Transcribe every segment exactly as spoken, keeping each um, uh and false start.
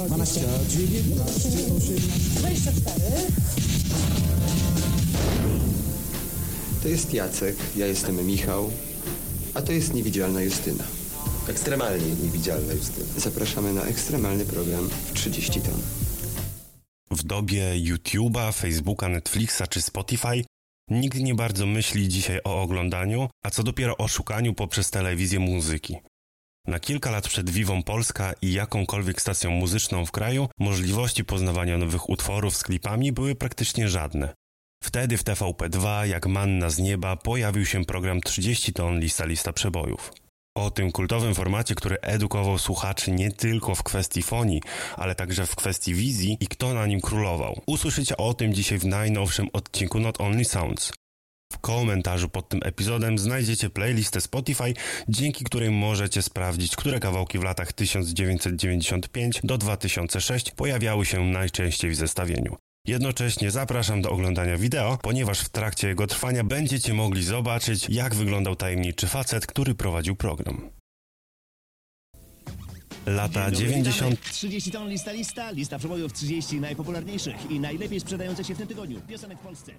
dwanaście, dziewiętnaście, osiemnaście, dwadzieścia cztery. To jest Jacek, ja jestem Michał, a to jest Niewidzialna Justyna. Ekstremalnie niewidzialna Justyna. Zapraszamy na ekstremalny program w trzydzieści ton. W dobie YouTube'a, Facebooka, Netflixa czy Spotify nikt nie bardzo myśli dzisiaj o oglądaniu, a co dopiero o szukaniu poprzez telewizję muzyki. Na kilka lat przed Vivą Polska i jakąkolwiek stacją muzyczną w kraju możliwości poznawania nowych utworów z klipami były praktycznie żadne. Wtedy w T V P dwa, jak manna z nieba, pojawił się program trzydzieści ton Lista Lista Przebojów. O tym kultowym formacie, który edukował słuchaczy nie tylko w kwestii fonii, ale także w kwestii wizji i kto na nim królował. Usłyszycie o tym dzisiaj w najnowszym odcinku Not Only Sounds. W komentarzu pod tym epizodem znajdziecie playlistę Spotify, dzięki której możecie sprawdzić, które kawałki w latach tysiąc dziewięćset dziewięćdziesiąt pięć do dwa tysiące szóstego pojawiały się najczęściej w zestawieniu. Jednocześnie zapraszam do oglądania wideo, ponieważ w trakcie jego trwania będziecie mogli zobaczyć, jak wyglądał tajemniczy facet, który prowadził program. Lata dziewięćdziesiąte. trzydzieści ton lista lista, lista przebojów trzydzieści najpopularniejszych i najlepiej sprzedających się w tym tygodniu piosenek w Polsce.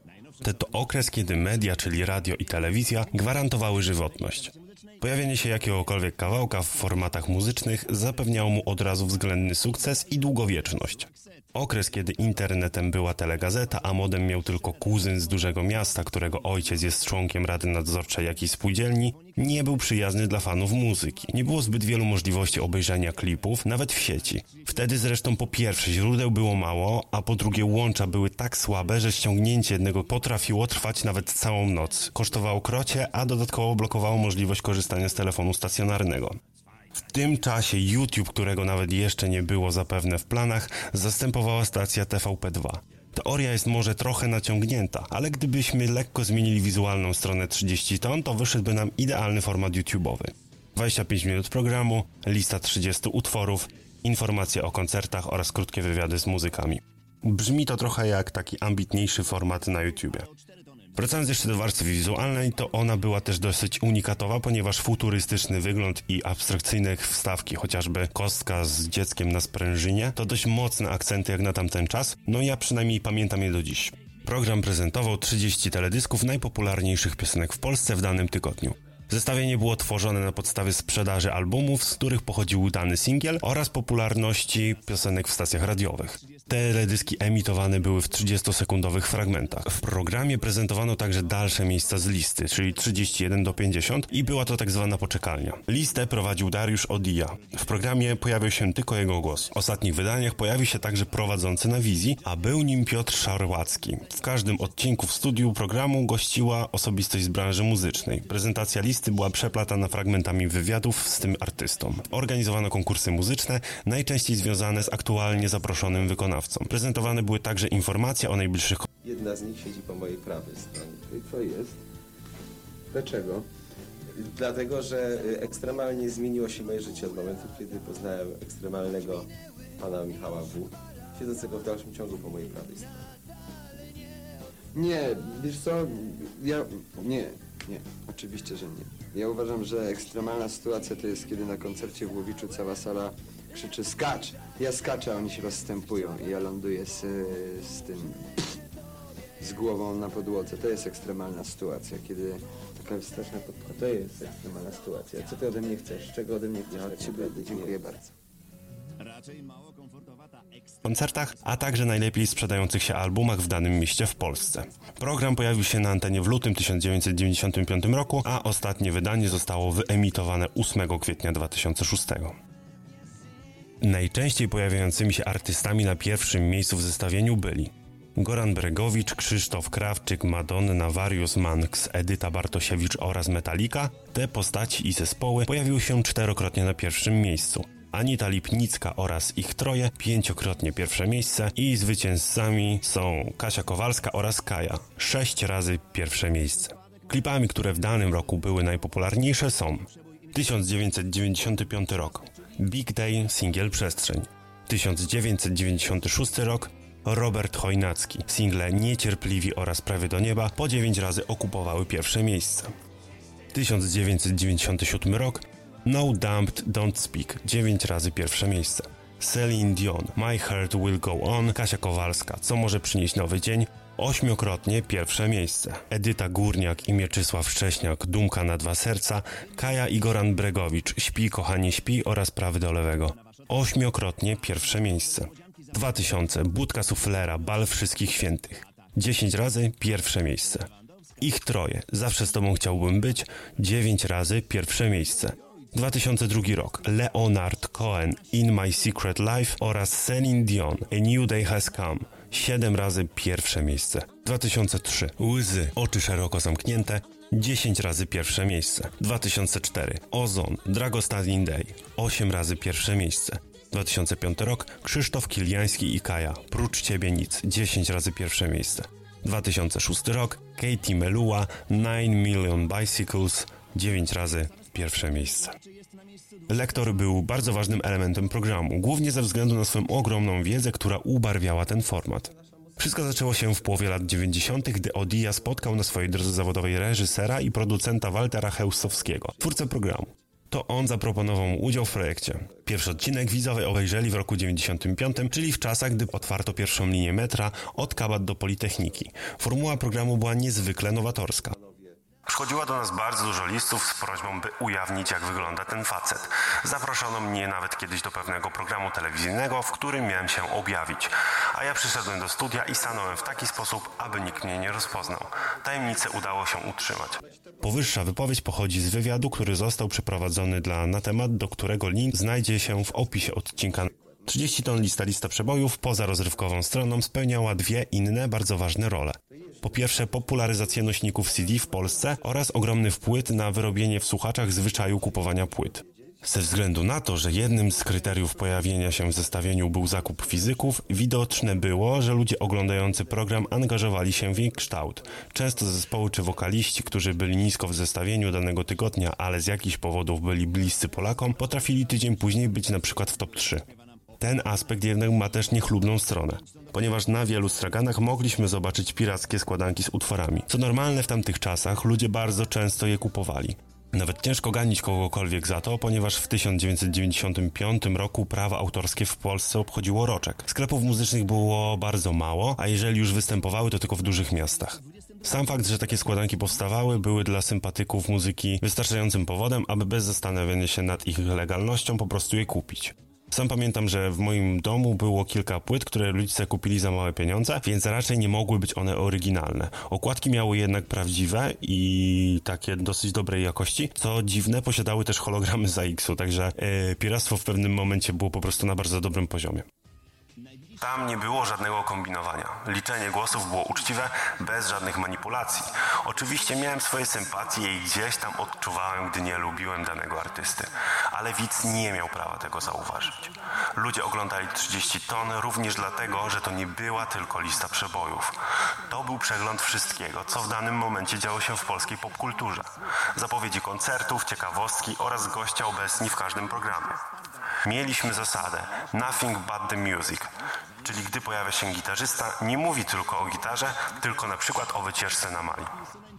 To okres, kiedy media, czyli radio i telewizja, gwarantowały żywotność. Pojawienie się jakiegokolwiek kawałka w formatach muzycznych zapewniało mu od razu względny sukces i długowieczność. Okres, kiedy internetem była telegazeta, a modem miał tylko kuzyn z dużego miasta, którego ojciec jest członkiem rady nadzorczej jakiejś spółdzielni, nie był przyjazny dla fanów muzyki. Nie było zbyt wielu możliwości obejrzenia klipów, nawet w sieci. Wtedy zresztą po pierwsze źródeł było mało, a po drugie łącza były tak słabe, że ściągnięcie jednego potrafiło trwać nawet całą noc. Kosztowało krocie, a dodatkowo blokowało możliwość korzystania z telefonu stacjonarnego. W tym czasie YouTube, którego nawet jeszcze nie było zapewne w planach, zastępowała stacja T V P dwa. Teoria jest może trochę naciągnięta, ale gdybyśmy lekko zmienili wizualną stronę trzydzieści ton, to wyszedłby nam idealny format YouTube'owy. dwadzieścia pięć minut programu, lista trzydziestu utworów, informacje o koncertach oraz krótkie wywiady z muzykami. Brzmi to trochę jak taki ambitniejszy format na YouTubie. Wracając jeszcze do warstwy wizualnej, to ona była też dosyć unikatowa, ponieważ futurystyczny wygląd i abstrakcyjne wstawki, chociażby kostka z dzieckiem na sprężynie, to dość mocne akcenty jak na tamten czas, no ja przynajmniej pamiętam je do dziś. Program prezentował trzydzieści teledysków najpopularniejszych piosenek w Polsce w danym tygodniu. Zestawienie było tworzone na podstawie sprzedaży albumów, z których pochodził dany singiel oraz popularności piosenek w stacjach radiowych. Teledyski emitowane były w trzydziestosekundowych fragmentach. W programie prezentowano także dalsze miejsca z listy, czyli trzydzieści jeden do pięćdziesięciu i była to tak zwana poczekalnia. Listę prowadził Dariusz Odija. W programie pojawił się tylko jego głos. W ostatnich wydaniach pojawił się także prowadzący na wizji, a był nim Piotr Szarłacki. W każdym odcinku w studiu programu gościła osobistość z branży muzycznej. Prezentacja listy była przeplatana fragmentami wywiadów z tym artystą. Organizowano konkursy muzyczne, najczęściej związane z aktualnie zaproszonym wykonawcą. Prezentowane były także informacje o najbliższych... Jedna z nich siedzi po mojej prawej stronie. I co jest? Dlaczego? Dlatego, że ekstremalnie zmieniło się moje życie od momentu, kiedy poznałem ekstremalnego pana Michała W., siedzącego w dalszym ciągu po mojej prawej stronie. Nie, wiesz co, ja... nie, nie, oczywiście, że nie. Ja uważam, że ekstremalna sytuacja to jest, kiedy na koncercie w Łowiczu cała sala krzyczy skacz. Ja skaczę, a oni się rozstępują i ja ląduję z, z tym, z głową na podłodze. To jest ekstremalna sytuacja, kiedy taka straszna podpora. To jest ekstremalna sytuacja. Co ty ode mnie chcesz? Czego ode mnie chcesz? Ja od ciebie dziękuję bardzo. Raczej mało komfortowa ta ekstra... koncertach, a także najlepiej sprzedających się albumach w danym mieście w Polsce. Program pojawił się na antenie w lutym tysiąc dziewięćset dziewięćdziesiątym piątym roku, a ostatnie wydanie zostało wyemitowane ósmego kwietnia dwa tysiące szóstego. Najczęściej pojawiającymi się artystami na pierwszym miejscu w zestawieniu byli Goran Bregowicz, Krzysztof Krawczyk, Madonna, Warius Manx, Edyta Bartosiewicz oraz Metallica. Te postaci i zespoły pojawiły się czterokrotnie na pierwszym miejscu. Anita Lipnicka oraz ich troje pięciokrotnie pierwsze miejsce i zwycięzcami są Kasia Kowalska oraz Kaja, sześć razy pierwsze miejsce. Klipami, które w danym roku były najpopularniejsze są tysiąc dziewięćset dziewięćdziesiąty piąty rok, Big Day, singiel Przestrzeń, tysiąc dziewięćset dziewięćdziesiąty szósty rok, Robert Chojnacki, single Niecierpliwi oraz Prawie do nieba po dziewięć razy okupowały pierwsze miejsce. tysiąc dziewięćset dziewięćdziesiąty siódmy rok, No Dumped, Don't Speak, dziewięć razy pierwsze miejsce. Celine Dion, My Heart Will Go On, Kasia Kowalska, Co może przynieść nowy dzień, ośmiokrotnie pierwsze miejsce. Edyta Górniak i Mieczysław Szcześniak, Dumka na dwa serca, Kaja i Goran Bregowicz, Śpi kochanie śpi oraz Prawy do lewego. Ośmiokrotnie pierwsze miejsce. dwa tysiące, Budka Suflera, Bal Wszystkich Świętych. dziesięć razy pierwsze miejsce. Ich troje, Zawsze z tobą chciałbym być, dziewięć razy pierwsze miejsce. dwa tysiące drugi rok, Leonard Cohen, In My Secret Life oraz Celine Dion, A New Day Has Come, siedem razy pierwsze miejsce. dwa tysiące trzy, Łzy, Oczy szeroko zamknięte, dziesięć razy pierwsze miejsce. dwa tysiące cztery, Ozon, Dragostan Day, osiem razy pierwsze miejsce. dwa tysiące piąty rok, Krzysztof Kiliański i Kaja, Prócz ciebie nic, dziesięć razy pierwsze miejsce. dwa tysiące szósty rok, Katie Melua, Nine Million Bicycles, dziewięć razy pierwsze miejsce. Lektor był bardzo ważnym elementem programu, głównie ze względu na swoją ogromną wiedzę, która ubarwiała ten format. Wszystko zaczęło się w połowie lat dziewięćdziesiątych, gdy Odia spotkał na swojej drodze zawodowej reżysera i producenta Waltera Chełstowskiego, twórcę programu. To on zaproponował mu udział w projekcie. Pierwszy odcinek widzowie obejrzeli w roku dziewięćdziesiątym piątym, czyli w czasach, gdy otwarto pierwszą linię metra od Kabat do Politechniki. Formuła programu była niezwykle nowatorska. Przychodziło do nas bardzo dużo listów z prośbą, by ujawnić, jak wygląda ten facet. Zaproszono mnie nawet kiedyś do pewnego programu telewizyjnego, w którym miałem się objawić. A ja przyszedłem do studia i stanąłem w taki sposób, aby nikt mnie nie rozpoznał. Tajemnicę udało się utrzymać. Powyższa wypowiedź pochodzi z wywiadu, który został przeprowadzony dla Na temat, do którego link znajdzie się w opisie odcinka. trzydzieści ton lista lista przebojów poza rozrywkową stroną spełniała dwie inne bardzo ważne role. Po pierwsze, popularyzację nośników C D w Polsce oraz ogromny wpływ na wyrobienie w słuchaczach zwyczaju kupowania płyt. Ze względu na to, że jednym z kryteriów pojawienia się w zestawieniu był zakup fizyków, widoczne było, że ludzie oglądający program angażowali się w jej kształt. Często zespoły czy wokaliści, którzy byli nisko w zestawieniu danego tygodnia, ale z jakichś powodów byli bliscy Polakom, potrafili tydzień później być na przykład w top trzy. Ten aspekt jednak ma też niechlubną stronę, ponieważ na wielu straganach mogliśmy zobaczyć pirackie składanki z utworami. Co normalne w tamtych czasach, ludzie bardzo często je kupowali. Nawet ciężko ganić kogokolwiek za to, ponieważ w tysiąc dziewięćset dziewięćdziesiątym piątym roku prawa autorskie w Polsce obchodziło roczek. Sklepów muzycznych było bardzo mało, a jeżeli już występowały, to tylko w dużych miastach. Sam fakt, że takie składanki powstawały, były dla sympatyków muzyki wystarczającym powodem, aby bez zastanawiania się nad ich legalnością po prostu je kupić. Sam pamiętam, że w moim domu było kilka płyt, które rodzice kupili za małe pieniądze, więc raczej nie mogły być one oryginalne. Okładki miały jednak prawdziwe i takie dosyć dobrej jakości. Co dziwne, posiadały też hologramy z A X u, także yy, piractwo w pewnym momencie było po prostu na bardzo dobrym poziomie. Tam nie było żadnego kombinowania. Liczenie głosów było uczciwe, bez żadnych manipulacji. Oczywiście miałem swoje sympatie i gdzieś tam odczuwałem, gdy nie lubiłem danego artysty. Ale widz nie miał prawa tego zauważyć. Ludzie oglądali trzydzieści ton również dlatego, że to nie była tylko lista przebojów. To był przegląd wszystkiego, co w danym momencie działo się w polskiej popkulturze. Zapowiedzi koncertów, ciekawostki oraz goście obecni w każdym programie. Mieliśmy zasadę Nothing but the music, czyli gdy pojawia się gitarzysta, nie mówi tylko o gitarze, tylko na przykład o wycieczce na Mali.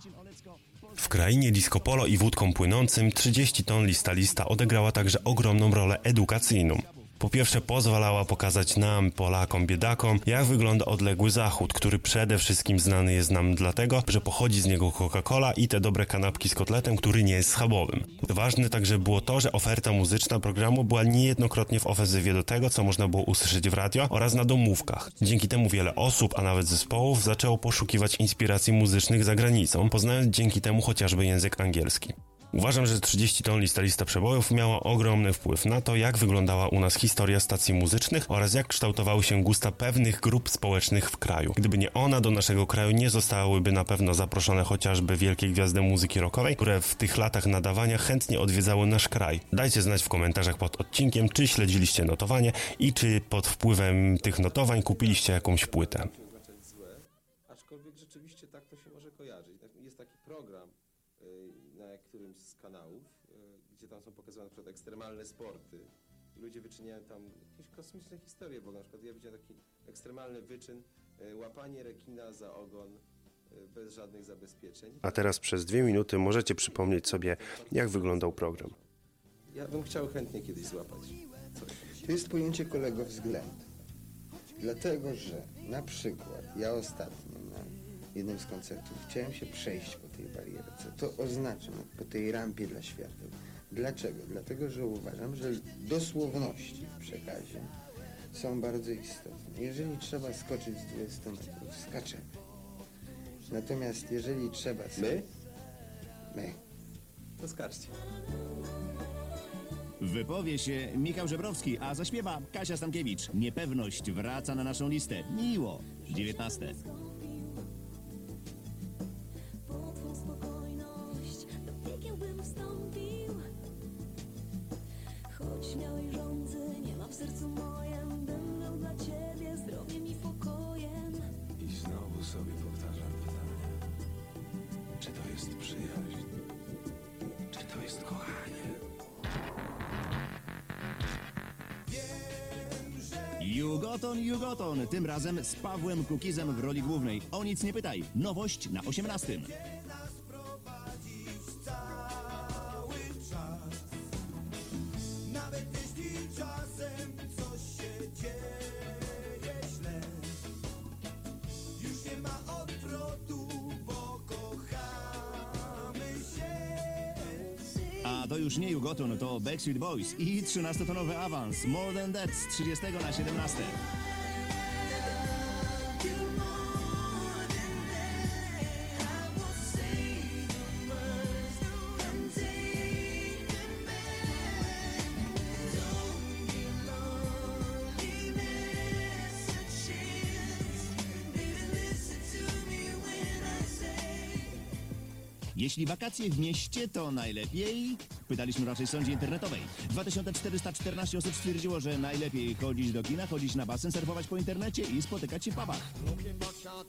W krainie disco polo i wódką płynącym trzydzieści ton lista lista odegrała także ogromną rolę edukacyjną. Po pierwsze pozwalała pokazać nam, Polakom, biedakom, jak wygląda odległy Zachód, który przede wszystkim znany jest nam dlatego, że pochodzi z niego Coca-Cola i te dobre kanapki z kotletem, który nie jest schabowym. Ważne także było to, że oferta muzyczna programu była niejednokrotnie w ofensywie do tego, co można było usłyszeć w radio oraz na domówkach. Dzięki temu wiele osób, a nawet zespołów zaczęło poszukiwać inspiracji muzycznych za granicą, poznając dzięki temu chociażby język angielski. Uważam, że trzydzieści ton lista lista przebojów miała ogromny wpływ na to, jak wyglądała u nas historia stacji muzycznych oraz jak kształtowały się gusta pewnych grup społecznych w kraju. Gdyby nie ona, do naszego kraju nie zostałyby na pewno zaproszone chociażby wielkie gwiazdy muzyki rockowej, które w tych latach nadawania chętnie odwiedzały nasz kraj. Dajcie znać w komentarzach pod odcinkiem, czy śledziliście notowanie i czy pod wpływem tych notowań kupiliście jakąś płytę. Aczkolwiek rzeczywiście tak to się może kojarzyć. Jest taki program na którymś z kanałów, gdzie tam są pokazywane na przykład ekstremalne sporty i ludzie wyczyniają tam jakieś kosmiczne historie, bo na przykład ja widziałem taki ekstremalny wyczyn, łapanie rekina za ogon bez żadnych zabezpieczeń. A teraz przez dwie minuty możecie przypomnieć sobie, jak wyglądał program. Ja bym chciał chętnie kiedyś złapać coś. To jest pojęcie kolegowzględu. Dlatego, że na przykład ja ostatnio na jednym z koncertów chciałem się przejść po tej barierce. To oznacza po tej rampie dla świateł. Dlaczego? Dlatego, że uważam, że dosłowności w przekazie są bardzo istotne. Jeżeli trzeba skoczyć z dwudziestu metrów, skaczemy. Natomiast jeżeli trzeba... My? My. To skaczcie. Wypowie się Michał Żebrowski, a zaśpiewa Kasia Stankiewicz. Niepewność wraca na naszą listę. Miło. dziewiętnaste. Po twą spokojność do piekieł bym wstąpił. Choć miałeś rządzy, nie ma w sercu mojem. Bym był dla ciebie zdrowiem i pokojem. I znowu sobie powtarzam pytanie. Czy to jest przyjaźń? Czy to jest kochanie? Jugoton, Jugoton. Tym razem z Pawłem Kukizem w roli głównej. O nic nie pytaj. Nowość na osiemnastym. Nawet jeśli czasem coś się dzieje źle, już nie ma odwrotu, bo kochamy się. A to już nie Jugoton, to Backstreet Boys i trzynastotonowy awans. More Than That z trzydziestego na siedemnaste. Jeśli wakacje w mieście, to najlepiej... Pytaliśmy w naszej sądzie internetowej. dwa tysiące czterysta czternaście osób stwierdziło, że najlepiej chodzić do kina, chodzić na basen, surfować po internecie i spotykać się w pubach.